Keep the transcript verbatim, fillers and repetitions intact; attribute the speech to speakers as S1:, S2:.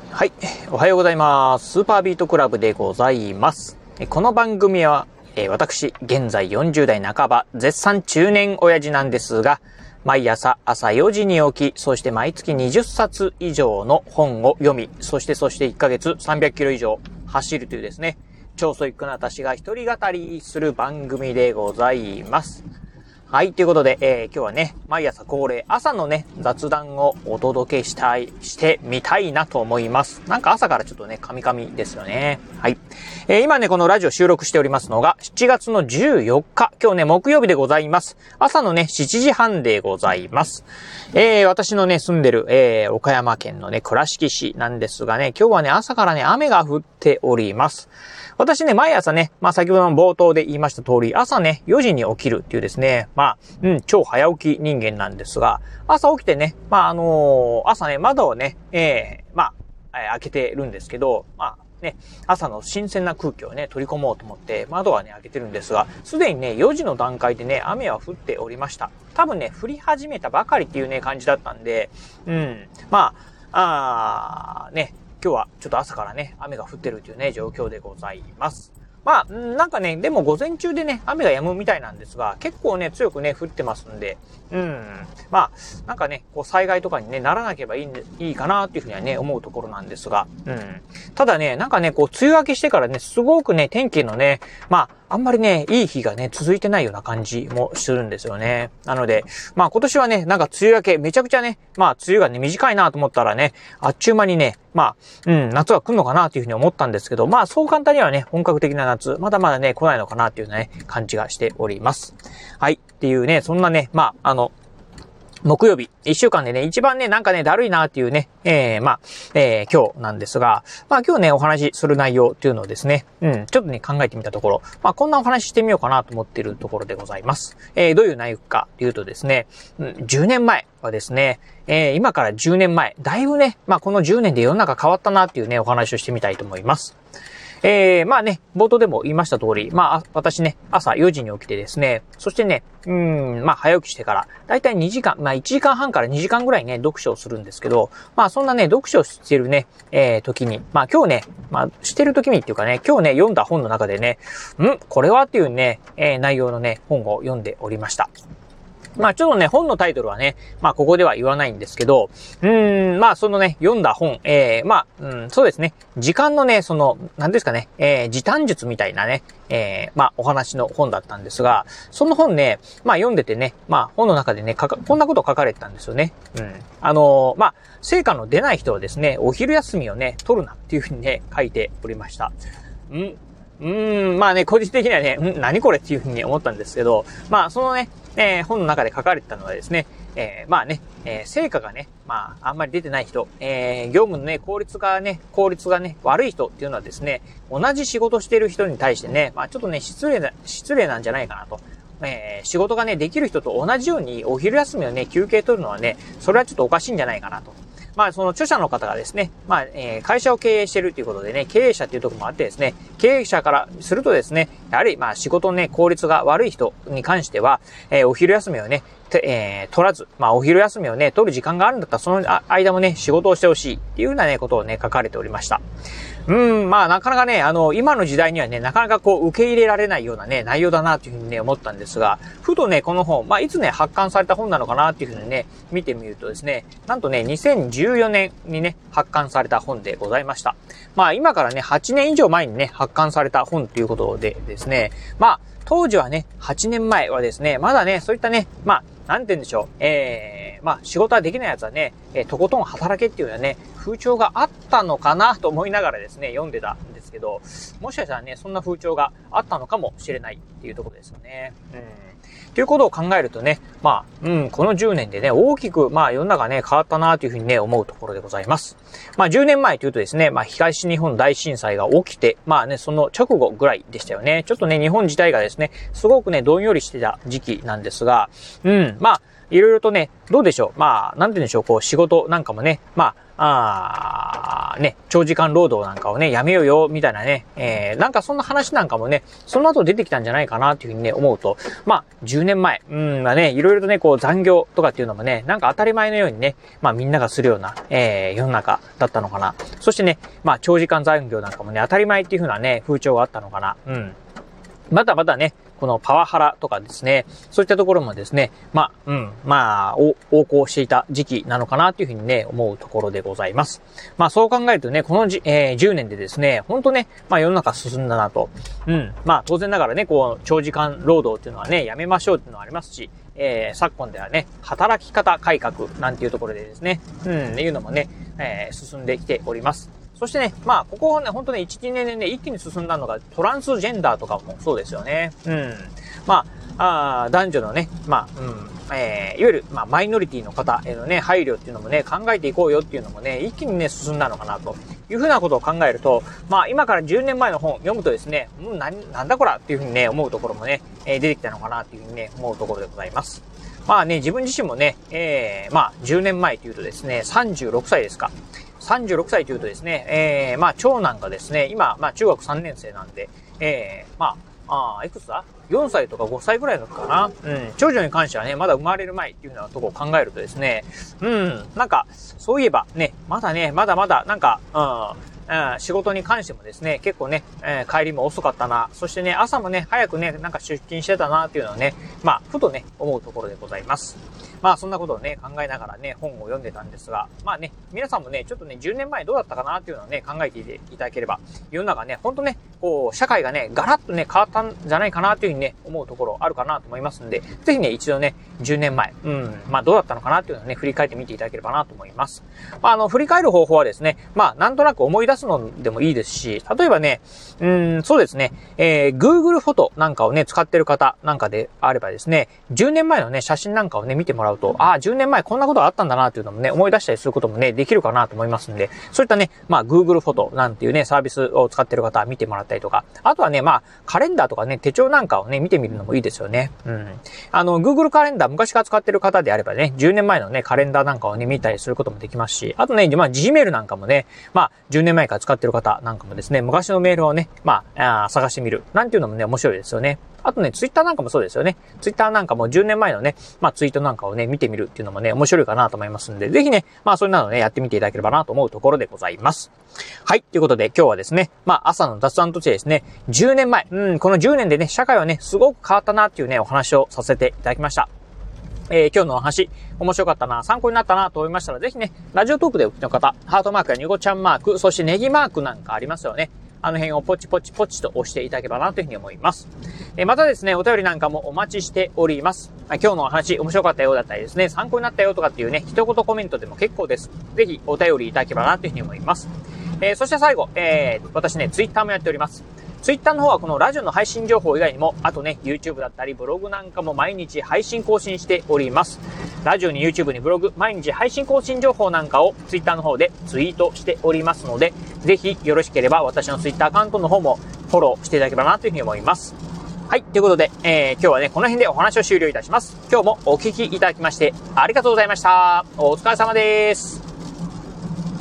S1: はい。おはようございます。スーパービートクラブでございます。この番組は、えー、私、現在よんじゅう代半ば、絶賛中年親父なんですが、毎朝朝よじに起き、そして毎月にじゅっさつ以上の本を読み、そしてそしていっかげつさんびゃくキロ以上走るというですね、超ストイックな私が一人語りする番組でございます。はい、ということで、えー、今日はね、毎朝恒例、朝のね、雑談をお届けしたい、してみたいなと思います。なんか朝からちょっとね、カミカミですよね。はい。えー、今ね、このラジオ収録しておりますのが、しちがつのじゅうよっか、今日ね、木曜日でございます。朝のね、しちじはんでございます。えー、私のね、住んでる、えー、岡山県のね、倉敷市なんですがね、今日はね、朝からね、雨が降っております。私ね、毎朝ね、まあ先ほどの冒頭で言いました通り、朝ね、よじに起きるっていうですね、まあ、うん、超早起き人間なんですが、朝起きてね、まああのー、朝ね、窓をね、えー、まあ、えー、開けてるんですけど、まあね、朝の新鮮な空気をね、取り込もうと思って、窓はね、開けてるんですが、すでにね、よじの段階でね、雨は降っておりました。多分ね、降り始めたばかりっていうね、感じだったんで、うん、まあ、あー、ね、今日はちょっと朝からね、雨が降ってるというね、状況でございます。まあ、なんかね、でも午前中でね、雨が止むみたいなんですが、結構ね、強くね、降ってますんで、うん。まあ、なんかね、こう災害とかに、ね、ならなければいいんで、いいかなっていうふうにはね、思うところなんですが、うん。ただね、なんかね、こう、梅雨明けしてからね、すごくね、天気のね、まあ、あんまりね、いい日がね、続いてないような感じもするんですよね。なので、まあ今年はね、なんか梅雨明け、めちゃくちゃね、まあ梅雨がね、短いなと思ったらね、あっちゅう間にね、まあ、うん、夏は来るのかなというふうに思ったんですけど、まあそう簡単にはね、本格的な夏、まだまだね、来ないのかなっていうね、感じがしております。はい。っていうね、そんなね、まあ、あの、木曜日、一週間でね、一番ね、なんかね、だるいなっていうね、えー、まあ、えー、今日なんですが、まあ今日ね、お話しする内容っていうのをですね、うん、ちょっとね、考えてみたところ、まあこんなお話ししてみようかなと思っているところでございます。えー、どういう内容かというとですね、うん、じゅうねんまえはですね、えー、今からじゅうねんまえ、だいぶね、まあこのじゅうねんで世の中変わったなっていうね、お話をしてみたいと思います。えー、まあね、冒頭でも言いました通り、まあ、私ね、朝よじに起きてですね、そしてね、うーん、まあ、早起きしてから、だいたいにじかん、まあ、いちじかんはんからにじかんぐらいね、読書をするんですけど、まあ、そんなね、読書をしてるね、えー、時に、まあ、今日ね、まあ、してる時にっていうかね、今日ね、読んだ本の中でね、んこれはっていうね、えー、内容のね、本を読んでおりました。まあちょっとね、本のタイトルはね、まあここでは言わないんですけど、うーん、まあそのね、読んだ本、えー、まあ、うん、そうですね、時間のね、その、何ですかね、えー、時短術みたいなね、えー、まあお話の本だったんですが、その本ね、まあ読んでてね、まあ本の中でね、かかこんなこと書かれてたんですよね。うん。あのー、まあ、成果の出ない人はですね、お昼休みをね、取るなっていうふうにね、書いておりました。うんうーん、まあね、個人的にはね、ん何これっていうふうに思ったんですけど、まあそのね、えー、本の中で書かれてたのはですね、えー、まあね、えー、成果がね、まああんまり出てない人、えー、業務のね、効率がね、効率がね、悪い人っていうのはですね、同じ仕事してる人に対してね、まあちょっとね、失礼な、失礼なんじゃないかなと。えー、仕事がね、できる人と同じようにお昼休みをね、休憩取るのはね、それはちょっとおかしいんじゃないかなと。まあ、その著者の方がですね、まあ、えー、会社を経営しているということでね、経営者っていうところもあってですね、経営者からするとですね、やはり、まあ、仕事のね、効率が悪い人に関しては、えー、お昼休みをね、えー、取らず、まあ、お昼休みをね、取る時間があるんだったら、その間もね、仕事をしてほしいっていうようなね、ことをね、書かれておりました。うーん、まあ、なかなかね、あの、今の時代にはね、なかなかこう、受け入れられないようなね、内容だなというふうにね、思ったんですが、ふとね、この本、まあ、いつね、発刊された本なのかなっていうふうにね、見てみるとですね、なんとね、にせんじゅうよねんにね、発刊された本でございました。まあ、今からね、はちねん以上前にね、発刊された本ということでですね、まあ、当時はね、はちねんまえはですね、まだね、そういったね、まあ、なんて言うんでしょう、えー、まあ、仕事はできないやつはね、えー、とことん働けっていうようなね、風潮があったのかなと思いながらですね、読んでたんですけど、もしかしたらね、そんな風潮があったのかもしれないっていうところですよね。うん。ということを考えるとね、まあ、うん、このじゅうねんでね、大きく、まあ、世の中ね、変わったなというふうにね、思うところでございます。まあ、じゅうねんまえというとですね、まあ、東日本大震災が起きて、まあね、その直後ぐらいでしたよね。ちょっとね、日本自体がですね、すごくね、どんよりしてた時期なんですが、うん、まあ、 いろいろとね、どうでしょう。まあ、なんて言うんでしょう、こう、仕事なんかもね、まあ、あーね、長時間労働なんかをね、やめようよ、みたいなね、えー、なんかそんな話なんかもね、その後出てきたんじゃないかな、っていうふうにね、思うと、まあ、じゅうねんまえ、うん、まあね、いろいろとね、こう、残業とかっていうのもね、なんか当たり前のようにね、まあ、みんながするような、えー、世の中だったのかな。そしてね、まあ、長時間残業なんかもね、当たり前っていうふうなね、風潮があったのかな。うん。まだまだね、このパワハラとかですね、そういったところもですね、まあ、うん、まあ、横行していた時期なのかなというふうにね、思うところでございます。まあ、そう考えるとね、このじ、えー、じゅうねんでですね、ほんとね、まあ世の中進んだなと。うん、まあ当然ながらね、こう、長時間労働っていうのはね、やめましょうっていうのはありますし、えー、昨今ではね、働き方改革なんていうところでですね、うん、いうのもね、えー、進んできております。そしてね、まあ、ここね、ほんとね、いち、にねんでね、一気に進んだのがトランスジェンダーとかもそうですよね。うん。まあ、あ男女のね、まあ、うん、えー、いわゆる、まあ、マイノリティの方へのね、配慮っていうのもね、考えていこうよっていうのもね、一気にね、進んだのかなというふうなことを考えると、まあ、今からじゅうねんまえの本読むとですね、うん、な、なんだこらっていうふうにね、思うところもね、えー、出てきたのかなっていうふうにね、思うところでございます。まあね、自分自身もね、えー、まあ、じゅうねんまえというとですね、さんじゅうろくさいですか。さんじゅうろくさいというとですね、えー、まあ、長男がですね、今、まあ、中学さんねん生なんで、えー、まあ、あいくつだ ?よん 歳とかごさいぐらいのかな。うん。長女に関してはね、まだ生まれる前っていうようなところを考えるとですね、うん、なんか、そういえばね、まだね、まだまだ、なんか、うん、うん、仕事に関してもですね、結構ね、えー、帰りも遅かったな。そしてね、朝もね、早くね、なんか出勤してたなっていうのはね、まあ、ふとね、思うところでございます。まあ、そんなことをね、考えながらね、本を読んでたんですが、まあね、皆さんもね、ちょっとね、じゅうねんまえどうだったかなっていうのをね、考えていていただければ、世の中ね、ほんとね、こう、社会がね、ガラッとね、変わったんじゃないかなというふうにね、思うところあるかなと思いますんで、ぜひね、一度ね、じゅうねんまえ、うん、まあ、どうだったのかなっていうのをね、振り返ってみていただければなと思います。まあ、あの、振り返る方法はですね、まあ、なんとなく思い出すのでもいいですし、例えばね、うん、そうですね、えー、Google フォトなんかをね、使ってる方なんかであればですね、じゅうねんまえのね、写真なんかをね、見てもらうと、ああ、じゅうねんまえこんなことがあったんだなっていうのもね、思い出したりすることもね、できるかなと思いますんで、そういったね、まあ、Google フォトなんていうね、サービスを使ってる方見てもらったりとか、あとはね、まあ、カレンダーとかね、手帳なんかをね、見てみるのもいいですよね。うん。あの、Google カレンダー昔から使ってる方であればね、じゅうねんまえのね、カレンダーなんかをね、見たりすることもできますし、あとね、まあ、Gmail なんかもね、まあ、じゅうねんまえから使ってる方なんかもですね、昔のメールをね、まあ、あ探してみる。なんていうのもね、面白いですよね。あとね、ツイッターなんかもそうですよね。ツイッターなんかもじゅうねんまえのね、まあツイートなんかをね、見てみるっていうのもね、面白いかなと思いますんで、ぜひね、まあそういうのをね、やってみていただければなと思うところでございます。はい、ということで今日はですね、まあ朝の雑談としてですね、じゅうねんまえ、うん、このじゅうねんでね、社会はね、すごく変わったなっていうね、お話をさせていただきました。えー、今日のお話、面白かったな、参考になったなと思いましたら、ぜひね、ラジオトークでお聞きの方、ハートマークやニコちゃんマーク、そしてネギマークなんかありますよね。あの辺をポチポチポチと押していただければなというふうに思います。えー、またですね、お便りなんかもお待ちしております。今日のお話面白かったようだったりですね、参考になったよとかっていうね、一言コメントでも結構です。ぜひお便りいただければなというふうに思います。えー、そして最後、えー、私ね、ツイッターもやっております。ツイッターの方はこのラジオの配信情報以外にも、あとね、YouTube だったりブログなんかも毎日配信更新しております。ラジオに YouTube にブログ、毎日配信更新情報なんかをツイッターの方でツイートしておりますので、ぜひよろしければ私のツイッターアカウントの方もフォローしていただければなというふうに思います。はい、ということで、えー、今日はね、この辺でお話を終了いたします。今日もお聞きいただきましてありがとうございました。お疲れ様です。